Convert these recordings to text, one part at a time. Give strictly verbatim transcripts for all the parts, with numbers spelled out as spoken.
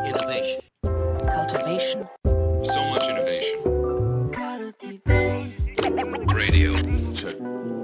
Innovation. Cultivation. So much innovation. Radio. Check.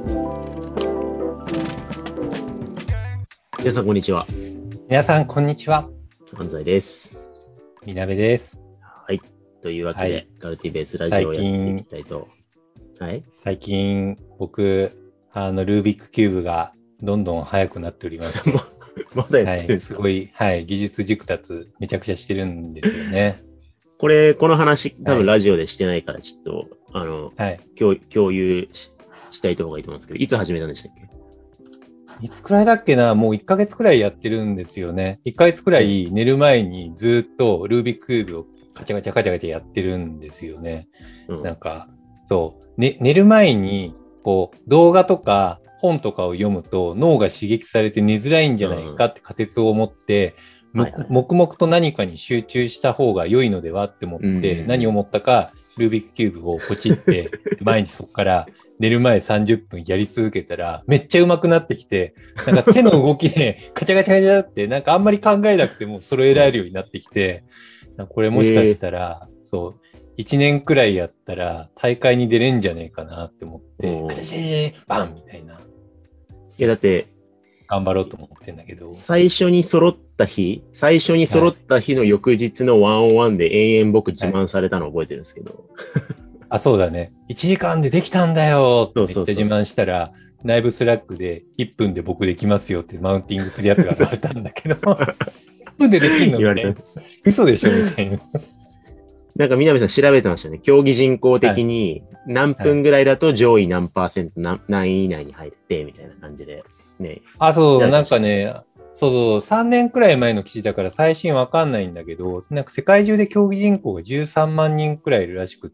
皆さんこんにちは。 皆さんこんにちは。 安西です。 みなべです。 はい。というわけで、はい、カルティベースラジオをやっていきたいと。はい。 最近僕あのルービックキューブがどんどん速くなっておりまして、 まだやってるんですか？ はい、すごい、はい、技術熟達めちゃくちゃしてるんですよね。 これこの話多分ラジオでしてないからちょっと、はい、あの、はい、共, 共有したいと方がいいと思うんですけど、いつ始めたんでしたっけ？ いつくらいだっけな、もういっかげつくらいやってるんですよね。いっかげつくらい寝る前にずっとルービックキューブをカチャカチャカチャカチャやってるんですよね。うん、なんかそう、ね、寝る前にこう動画とか本とかを読むと脳が刺激されて寝づらいんじゃないかって仮説を持って、うんはいはい、黙々と何かに集中した方が良いのではって思って、うんうんうん、何を思ったかルービックキューブをポチって毎日そこから寝る前さんじゅっぷんやり続けたらめっちゃ上手くなってきて、なんか手の動きでカチャカチャカチャってなんかあんまり考えなくても揃えられるようになってきて、これもしかしたら、えー、そういちねんくらいやったら大会に出れんじゃねえかなって思ってカチャチャバンみたいな。 いやだって頑張ろうと思ってんだけど、 最初に揃った日最初に揃った日の翌日のワンオンワンで延々僕自慢されたの覚えてるんですけど、はいあ、そうだね。いちじかんでできたんだよって言って自慢したら、そうそうそう内部スラックでいっぷんで僕できますよってマウンティングするやつがされたんだけど、いっぷんでできんのみたいな。嘘でしょみたいな。 なんか南さん調べてましたね。競技人口的に何分ぐらいだと上位何パーセント、はい、何位以内に入ってみたいな感じで。ね、 あ、そう、なんかね、そうそう、さんねんくらい前の記事だから最新わかんないんだけど、なんか世界中で競技人口がじゅうさんまんにんくらいいるらしくって、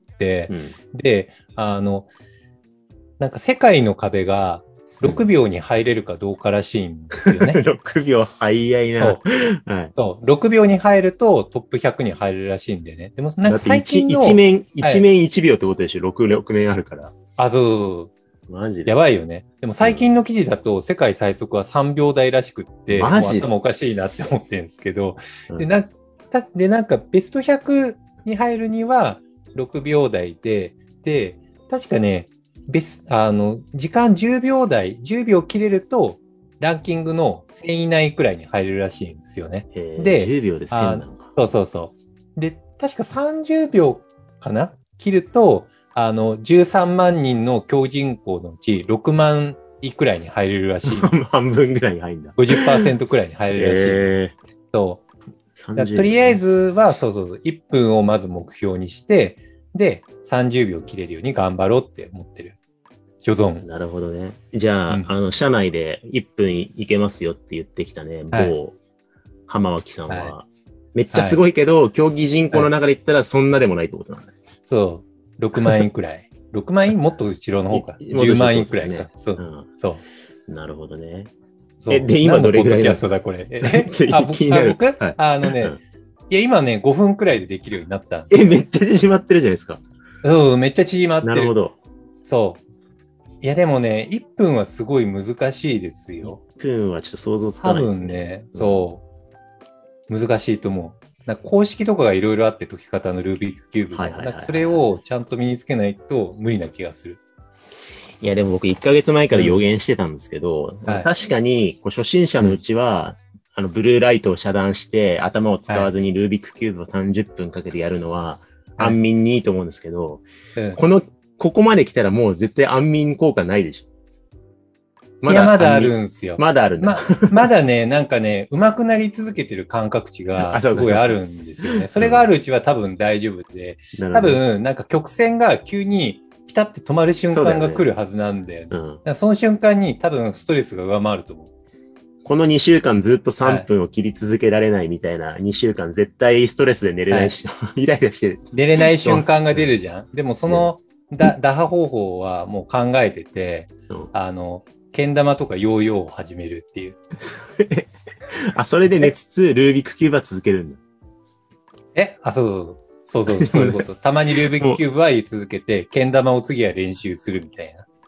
うん、で、あの、なんか世界の壁がろくびょうに入れるかどうからしいんですよね。 ろくびょう早いな。 そう、はい、そう。ろくびょうに入るとトップひゃくに入るらしいんでね。でもなんか最近の。 一面、一面いちびょうってことでしょ、ろく、ろく面あるから。 あ、そう。 マジでやばいよね。でも最近の記事だと世界最速はさんびょう台らしくって、 マジでもう頭おかしいなって思ってるんですけど、うん、でなでなんかベストひゃくに入るにはろくびょう台で、で確かねベスあの時間じゅうびょう台、じゅうびょう切れるとランキングのせんいないくらいに入れるらしいんですよね。 で、じゅうびょうでせんなのか。 そうそうそう。で確かさんじゅうびょうかな切ると。あの、じゅうさんまんにんの競人口のうちろくまんいくらいに入れるらしい。 半分ぐらいに入るんだ。 ごじゅっパーセント くらいに入れるらしい。えー、そう。とりあえずは、そうそうそう、いっぷんをまず目標にして、で、さんじゅうびょう切れるように頑張ろうって思ってる。所存。 なるほどね。じゃあ、うん、あの、社内でいっぷんいけますよって言ってきたね、某、はい、浜脇さんは、はい、めっちゃすごいけど、はい、競技人口の中で言ったらそんなでもないってことなんだね。 そう。ろくまんえんくらい。ろくまんえんもっと後ろの方か。じゅうまんえんくらいか。ね、そう、うん。そう。 なるほどね。 そうえ、で、今どれぐらいのポッドキャストだ、これ。えあ、僕、あ僕、はい、あのね、うん、いや、今ね、ごふんくらいでできるようになった。 え、めっちゃ縮まってるじゃないですか。 そう、めっちゃ縮まってる。 なるほど。 そう。いや、でもね、いっぷんはすごい難しいですよ。 いっぷんはちょっと想像つかないですね。 多分ね、そう。難しいと思う。なんか公式とかがいろいろあって解き方のルービックキューブの、なんかそれをちゃんと身につけないと無理な気がする。 いやでも僕いっかげつまえから予言してたんですけど、うんはい、確かにこう初心者のうちは、うん、あのブルーライトを遮断して頭を使わずにルービックキューブをさんじゅっぷんかけてやるのは安眠にいいと思うんですけど、はいうん、このここまで来たらもう絶対安眠効果ないでしょ。 まだいや、まだあるんですよ。 まだあるんだ。 ま、まだね、なんかね、上手くなり続けてる感覚値がすごいあるんですよね。それがあるうちは多分大丈夫で、多分なんか曲線が急にピタって止まる瞬間が来るはずなんで、そ,、ねうん、その瞬間に多分ストレスが上回ると思う。 このにしゅうかんずっとさんぷんを切り続けられないみたいなにしゅうかん絶対ストレスで寝れないし、はい、イライラしてる。 寝れない瞬間が出るじゃん。でもその、うん、だ打破方法はもう考えてて、うん、あの、けん玉とかヨーヨーを始めるっていう。 あ、それで寝つつ、ルービックキューブは続けるんだ。 えあ、そうそうそう。そうそう、そういうこと。たまにルービックキューブは言い続けて、けん玉を次は練習するみたいな。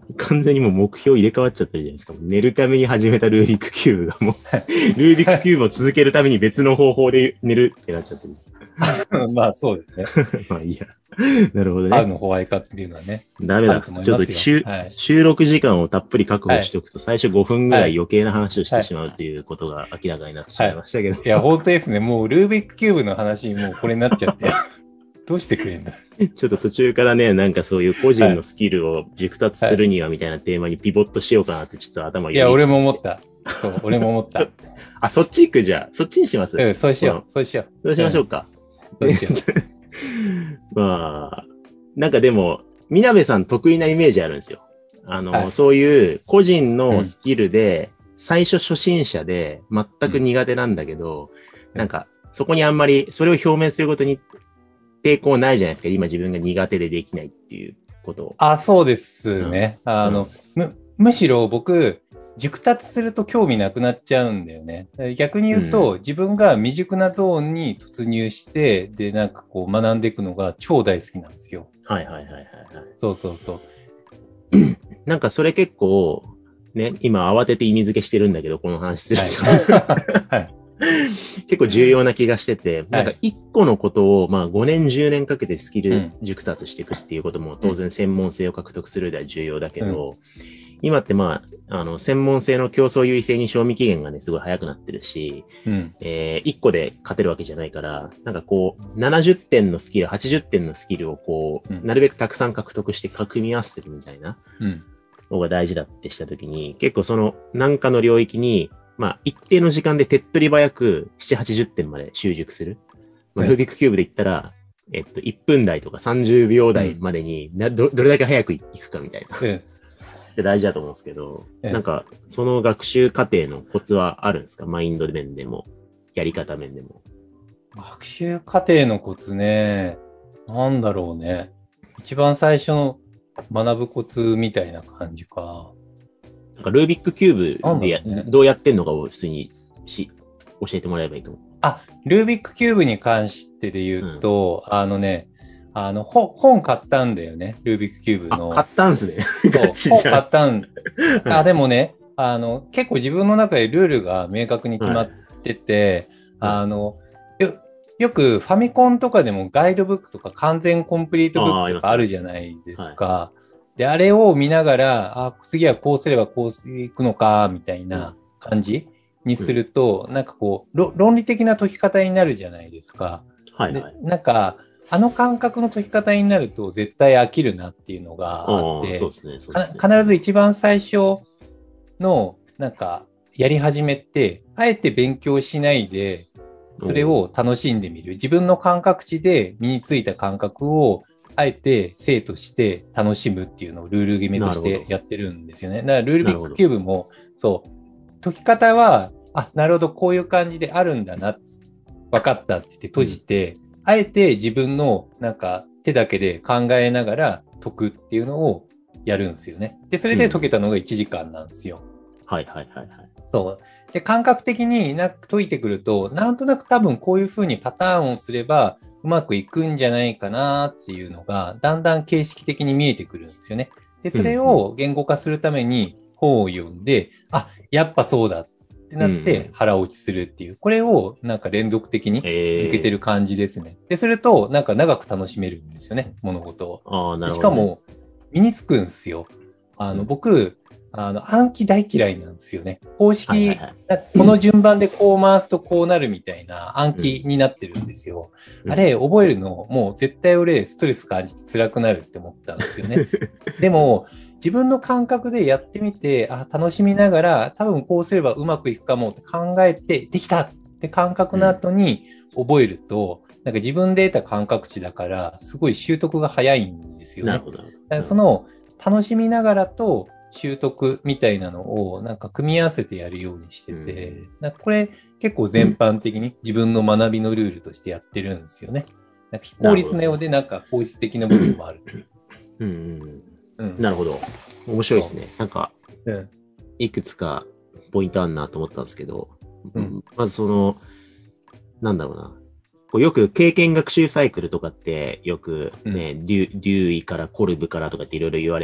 完全にもう目標入れ替わっちゃってるじゃないですか。寝るために始めたルービックキューブがもう、ルービックキューブを続けるために別の方法で寝るってなっちゃってる。 まあそうですね。 まあいいや。なるほどね。 合うのホワイかっていうのはね。 ダメだ。ちょっと収、はい、収録時間をたっぷり確保しておくと、はい、最初ごふんぐらい余計な話をしてしまうということが明らかになってしまいましたけど。 はいはい、いや、本当ですね。もうルービックキューブの話、もうこれになっちゃって。どうしてくれんだ。 ちょっと途中からね、なんかそういう個人のスキルを熟達するにはみたいなテーマにピボットしようかなってちょっと頭いや、俺も思った。そう、俺も思った。 あ、そっち行くじゃあ。そっちにします。 うん、そうしよう。そうしよう。 そうしましょうか。 うん、そうしよう。まあ、なんかでも、みなべさん得意なイメージあるんですよ。あの、はい、そういう個人のスキルで、最初初心者で全く苦手なんだけど、うん、なんか、そこにあんまり、それを表明することに抵抗ないじゃないですか。今自分が苦手でできないっていうことを。 あ、そうですね。うん、あの、うん、む、むしろ僕、熟達すると興味なくなっちゃうんだよね。逆に言うと、うん、自分が未熟なゾーンに突入して、で、なんかこう学んでいくのが超大好きなんですよ。 はいはいはいはい、はい。 そうそうそう。 なんかそれ結構、ね、今慌てて意味付けしてるんだけど、この話すると。はいはい結構重要な気がしてて、なんか一個のことをまあごねんじゅうねんかけてスキル熟達していくっていうことも当然専門性を獲得する上では重要だけど、うん、今ってまあ、あの、専門性の競争優位性に賞味期限がね、すごい早くなってるし、うんえー、いっこで勝てるわけじゃないから、なんかこう、ななじゅってんのスキル、はちじゅってんのスキルをこう、うん、なるべくたくさん獲得して組み合わせるみたいなのが大事だってしたときに、結構その何かの領域に、まあ、一定の時間で手っ取り早くななじゅう、はちじゅってんまで習熟する。まあ、ルービックキューブで言ったら、えっと、いっぷん台とかさんじゅうびょう台までにな、ど、どれだけ早くいくかみたいな。うんで大事だと思うんですけど、なんか、その学習過程のコツはあるんですか？マインド面でも、やり方面でも。 学習過程のコツね、なんだろうね。一番最初の学ぶコツみたいな感じか。 なんか、ルービックキューブでや、ね、どうやってんのかを普通にし教えてもらえばいいと思う。 あ、ルービックキューブに関してで言うと、うん、あのね、あの、本買ったんだよね。ルービックキューブの。 あ、買ったんすね。 本買ったん。あ、でもね、あの、結構自分の中でルールが明確に決まってて、はい、あの、よ、よくファミコンとかでもガイドブックとか完全コンプリートブックとかあるじゃないですか。はい、で、あれを見ながら、あ、次はこうすればこういくのか、みたいな感じにすると、うん、なんかこう、論理的な解き方になるじゃないですか。 はいはい。 で、なんか、あの感覚の解き方になると絶対飽きるなっていうのがあって、 そうですね、そうですね。 必ず一番最初のなんかやり始めって、あえて勉強しないで、それを楽しんでみる。自分の感覚値で身についた感覚をあえて生として楽しむっていうのをルール決めとしてやってるんですよね。だからルールビックキューブもそう、解き方は、あ、なるほど、こういう感じであるんだな、分かったって言って閉じて、うんあえて自分のなんか手だけで考えながら解くっていうのをやるんですよね。で、それで解けたのがいちじかんなんですよ。 うん、はいはいはいはい。 そう。で、感覚的にな解いてくると、なんとなく多分こういうふうにパターンをすればうまくいくんじゃないかなっていうのが、だんだん形式的に見えてくるんですよね。で、それを言語化するために本を読んで、うん、あ、やっぱそうだ。ってなって腹落ちするっていう、これをなんか連続的に続けてる感じですね。で、するとなんか長く楽しめるんですよね、物事を。 ああ、なるほどね。 しかも身につくんですよ。あの、うん、僕、あの、暗記大嫌いなんですよね。公式、はいはいはい、この順番でこう回すとこうなるみたいな暗記になってるんですよ。うん、あれ、覚えるのもう絶対俺ストレス感じて辛くなるって思ったんですよね。でも、自分の感覚でやってみて、あ、楽しみながら、多分こうすればうまくいくかもって考えて、できたって感覚の後に覚えると、うん、なんか自分で得た感覚値だから、すごい習得が早いんですよね。 なるほど。だからその楽しみながらと習得みたいなのをなんか組み合わせてやるようにしてて、うん、なんかこれ結構全般的に自分の学びのルールとしてやってるんですよね。なんか非効率なようでなんか効率的な部分もある。 うんうんうん、なるほど。面白いですね。なんか、うん、いくつかポイントあるなと思ったんですけど、うん、まずその、なんだろうな。こうよく経験学習サイクルとかってよくね、うん、デュ、デューイからコルブからとかっていろいろ言われ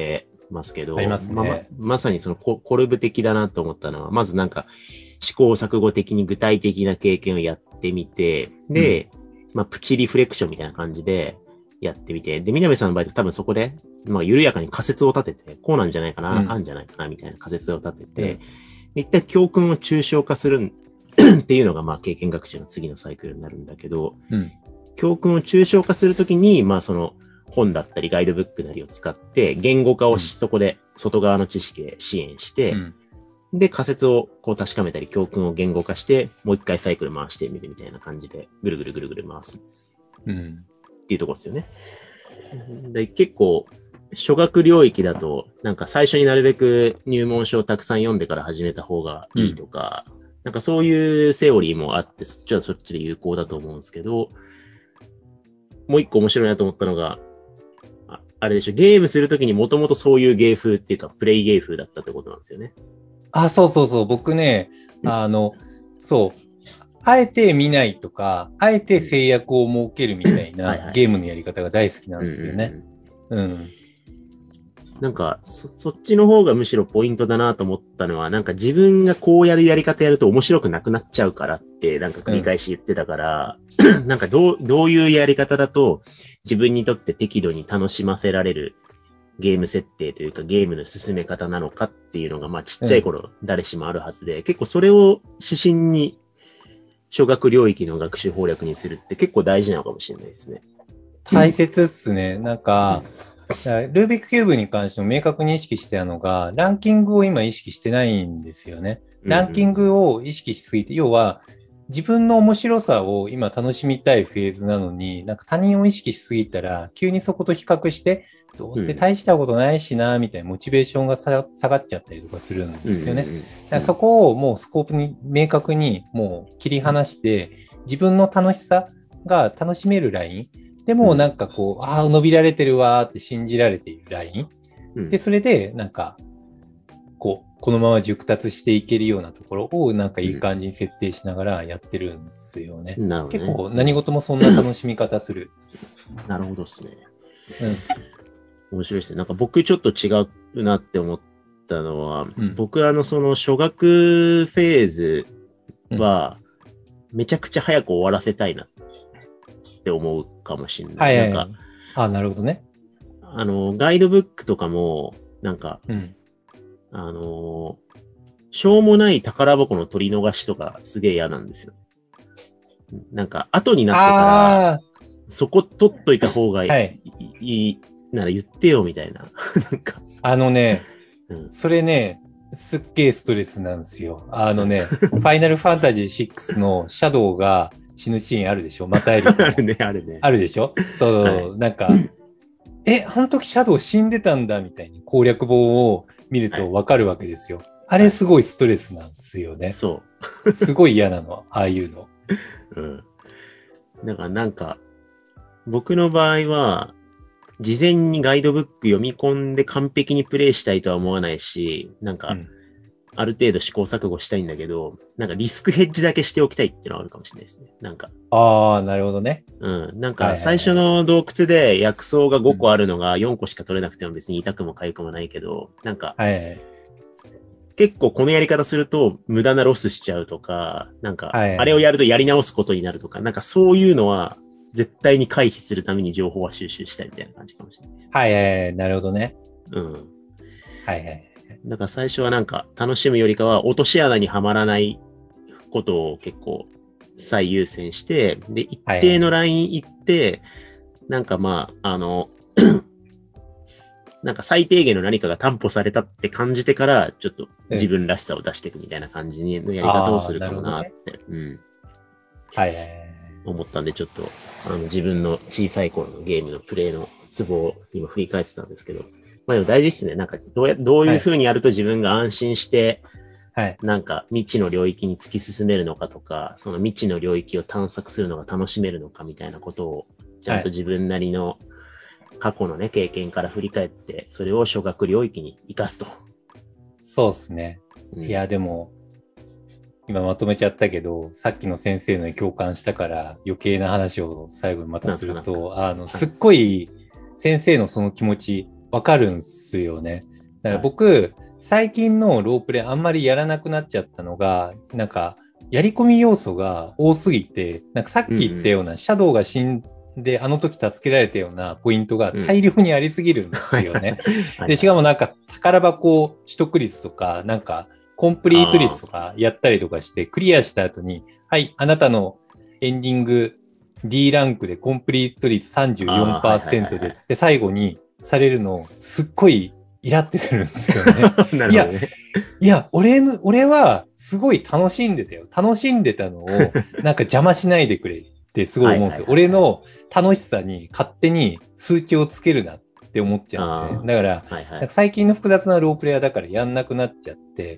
ますけど、 ありますね。 まあ、ま、まさにそのコ、コルブ的だなと思ったのは、まずなんか試行錯誤的に具体的な経験をやってみて、で、うん、まあ、プチリフレクションみたいな感じでやってみて、で、南さんの場合多分そこで、まあ、緩やかに仮説を立てて、こうなんじゃないかな、うん、あんじゃないかな、みたいな仮説を立てて、うん、一旦教訓を抽象化するっていうのが、まあ、経験学習の次のサイクルになるんだけど、うん、教訓を抽象化するときに、まあ、その、本だったりガイドブックなりを使って、言語化をし、うん、そこで外側の知識で支援して、うん、で、仮説をこう確かめたり、教訓を言語化して、もう一回サイクル回してみるみたいな感じで、ぐるぐるぐるぐる回す。うん。っていうところですよね。で、結構、初学領域だと、なんか最初になるべく入門書をたくさん読んでから始めた方がいいとか、うん、なんかそういうセオリーもあって、そっちはそっちで有効だと思うんですけど、もう一個面白いなと思ったのが、あ, あれでしょ、ゲームするときにもともとそういう芸風っていうか、プレイ芸風だったってことなんですよね。 あ、そうそうそう。僕ね、あの、そう。あえて見ないとか、あえて制約を設けるみたいなゲームのやり方が大好きなんですよね。うん。 なんかそ、そっちの方がむしろポイントだなと思ったのは、なんか自分がこうやるやり方やると面白くなくなっちゃうからって、なんか繰り返し言ってたから、うん、なんかどう、どういうやり方だと自分にとって適度に楽しませられるゲーム設定というかゲームの進め方なのかっていうのが、まあちっちゃい頃誰しもあるはずで、うん、結構それを指針に小学領域の学習攻略にするって結構大事なのかもしれないですね。 大切っすね。なんか、ルービックキューブに関しても明確に意識してたのが、ランキングを今意識してないんですよね。ランキングを意識しすぎて、うんうん、要は自分の面白さを今楽しみたいフェーズなのに、なんか他人を意識しすぎたら、急にそこと比較して、どうせ大したことないしな、みたいなモチベーションが下がっちゃったりとかするんですよね。だからそこをもうスコープに明確にもう切り離して、自分の楽しさが楽しめるライン、でもなんかこう、ああ、伸びられてるわーって信じられているライン、うん。で、それでなんか、こう、このまま熟達していけるようなところをなんかいい感じに設定しながらやってるんですよね。うん、なるほどね。結構何事もそんな楽しみ方する。 なるほどですね。うん。面白いですね。なんか僕ちょっと違うなって思ったのは、うん、僕あのその初学フェーズはめちゃくちゃ早く終わらせたいなって思うかもしれない。 はいはいはい、 なんか、 あ、なるほどね。 あの、ガイドブックとかも、なんか、うん、あの、しょうもない宝箱の取り逃しとかすげえ嫌なんですよ。なんか、後になってから、そこ取っといた方がいい、はい、いいなら言ってよみたいな。なんか。 あのね、うん、それね、すっげえストレスなんですよ。あのね、ファイナルファンタジーシックスのシャドウが死ぬシーンあるでしょ、またエリあるね、あるね。 あるでしょそう、はい、なんか、え、あの時シャドウ死んでたんだみたいに攻略本を見るとわかるわけですよ。はい、あれすごいストレスなんですよね。 そう。 すごい嫌なの、ああいうの。 うん。だからなんか、僕の場合は、事前にガイドブック読み込んで完璧にプレイしたいとは思わないし、なんか、うん、ある程度試行錯誤したいんだけど、なんかリスクヘッジだけしておきたいっていうのはあるかもしれないですね。なんか。 ああ、なるほどね。 うん。なんか最初の洞窟で薬草がごこあるのがよんこしか取れなくても別に痛くも痒くもないけど、なんか、 はいはい、 結構このやり方すると無駄なロスしちゃうとか、なんか、あれをやるとやり直すことになるとか、なんかそういうのは絶対に回避するために情報は収集したいみたいな感じかもしれないです。 はいはいはい、なるほどね。 うん。 はいはい。 だから最初はなんか楽しむよりかは落とし穴にはまらないことを結構最優先して、で、一定のライン行って、はいはい、なんかまあ、あの、なんか最低限の何かが担保されたって感じてから、ちょっと自分らしさを出していくみたいな感じのやり方をするかもなって、ね、うん。 はいはいはい。 思ったんで、ちょっと、あの、自分の小さい頃のゲームのプレイのツボを今振り返ってたんですけど、まあでも大事ですね。なんか、どうや、どういう風にやると自分が安心して、はい、なんか未知の領域に突き進めるのかとか、その未知の領域を探索するのが楽しめるのかみたいなことを、ちゃんと自分なりの過去のね、経験から振り返って、それを初学領域に生かすと。 そうですね。うん、いや、でも、今まとめちゃったけど、さっきの先生のに共感したから余計な話を最後にまたすると、あの、すっごい先生のその気持ちわかるんすよね。 だから僕、最近のロープレあんまりやらなくなっちゃったのが、なんか、やり込み要素が多すぎて、なんかさっき言ったような、うんうん、シャドウが死んで、あの時助けられたようなポイントが大量にありすぎるんですよね。うん、で、しかもなんか、宝箱取得率とか、なんか、コンプリート率とかやったりとかして、クリアした後に、はい、あなたのエンディング D ランクでコンプリート率 さんじゅうよんパーセント です。で、最後にされるの、すっごいイラってするんですよね。 なるほどね。 いや、いや、俺の、俺はすごい楽しんでたよ。楽しんでたのを、なんか邪魔しないでくれってすごい思うんですよ。俺の楽しさに勝手に数値をつけるなって思っちゃうんですね。だから、はいはい、なんか最近の複雑なロープレイヤーだからやんなくなっちゃって、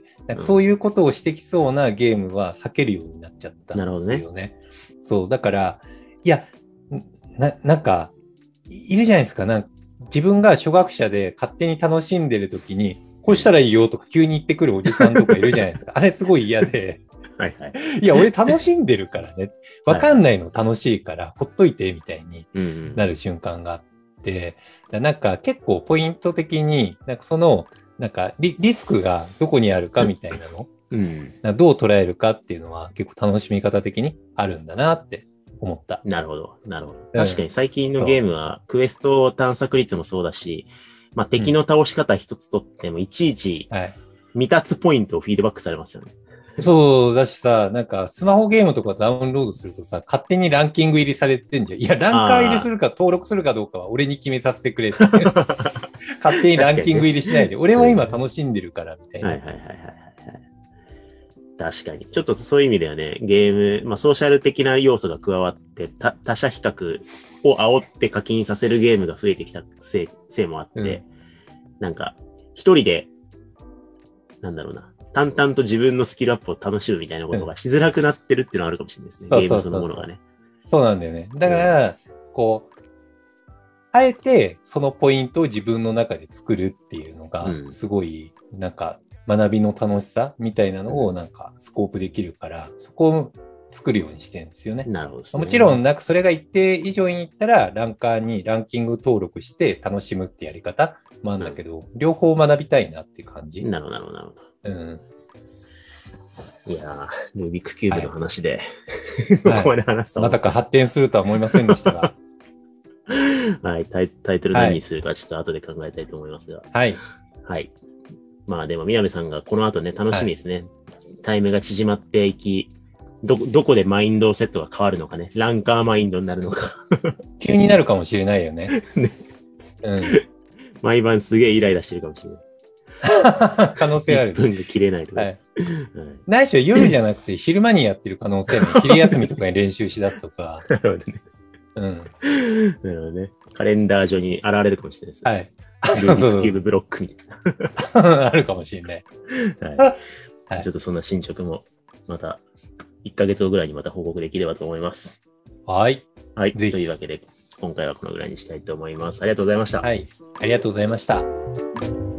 なんかそういうことをしてきそうなゲームは避けるようになっちゃったんですよね。なるほどね。そう、だから、いや、な、なんか、いるじゃないですか。なんか自分が初学者で勝手に楽しんでるときに、こうしたらいいよとか急に言ってくるおじさんとかいるじゃないですか。あれすごい嫌で。はいはい。いや、俺楽しんでるからね。わかんないの楽しいから、ほっといてみたいになる瞬間があって、なんか結構ポイント的に、なんかその、なんか リ, リスクがどこにあるかみたいなの、うん、どう捉えるかっていうのは結構楽しみ方的にあるんだなって思った。 なるほど、なるほど。確かに最近のゲームはクエスト探索率もそうだし、まあ、敵の倒し方一つとってもいちいち未達ポイントをフィードバックされますよね。 はい、そうだしさ、なんかスマホゲームとかダウンロードするとさ、勝手にランキング入りされてんじゃん。いや、ランカー入りするか登録するかどうかは俺に決めさせてくれって。勝手にランキング入りしないで、俺は今楽しんでるからみたいな。はいはいはいはい。 確かに。ちょっとそういう意味ではね、ゲーム、まあソーシャル的な要素が加わって、た他者比較を煽って課金させるゲームが増えてきたせい、せいもあって、うん、なんか、一人で、なんだろうな、淡々と自分のスキルアップを楽しむみたいなことがしづらくなってるっていうのはあるかもしれないですね。 そうゲームそのものがね。 そうなんだよね。だから、うん、こう、あえてそのポイントを自分の中で作るっていうのが、すごい、なんか、学びの楽しさみたいなのをなんかスコープできるから、そこを作るようにしてるんですよね。 なるほどですね。 もちろんなんかそれが一定以上にいったらランカーにランキング登録して楽しむってやり方もあるんだけど、うん、両方学びたいなっていう感じ。 なるほど、なるほど、なるほど。うん。いやー、ルービックキューブの話で、はい、ここまで話した、 はい、まさか発展するとは思いませんでしたが。 はい、タイ、タイトル何にするかちょっと後で考えたいと思いますが。 はい。 はい。まあでも、宮部さんがこの後ね、楽しみですね。はい、タイムが縮まっていき、ど、どこでマインドセットが変わるのかね。ランカーマインドになるのか。 急になるかもしれないよね。ねうん、毎晩すげえイライラしてるかもしれない。 可能性ある、ね。 いっぷんが切れないとか。はい。 ないしは夜じゃなくて昼間にやってる可能性も、昼休みとかに練習しだすとか。 なるほどね。 うん。 なるほどね。カレンダー上に現れるかもしれないです。 はい。 ルービックキューブブロックみたいな。あるかもしれない。 はいはい、ちょっとそんな進捗もまたいっかげつごぐらいにまた報告できればと思います。 はい。 はい。というわけで今回はこのぐらいにしたいと思います。ありがとうございました。 はい。ありがとうございました。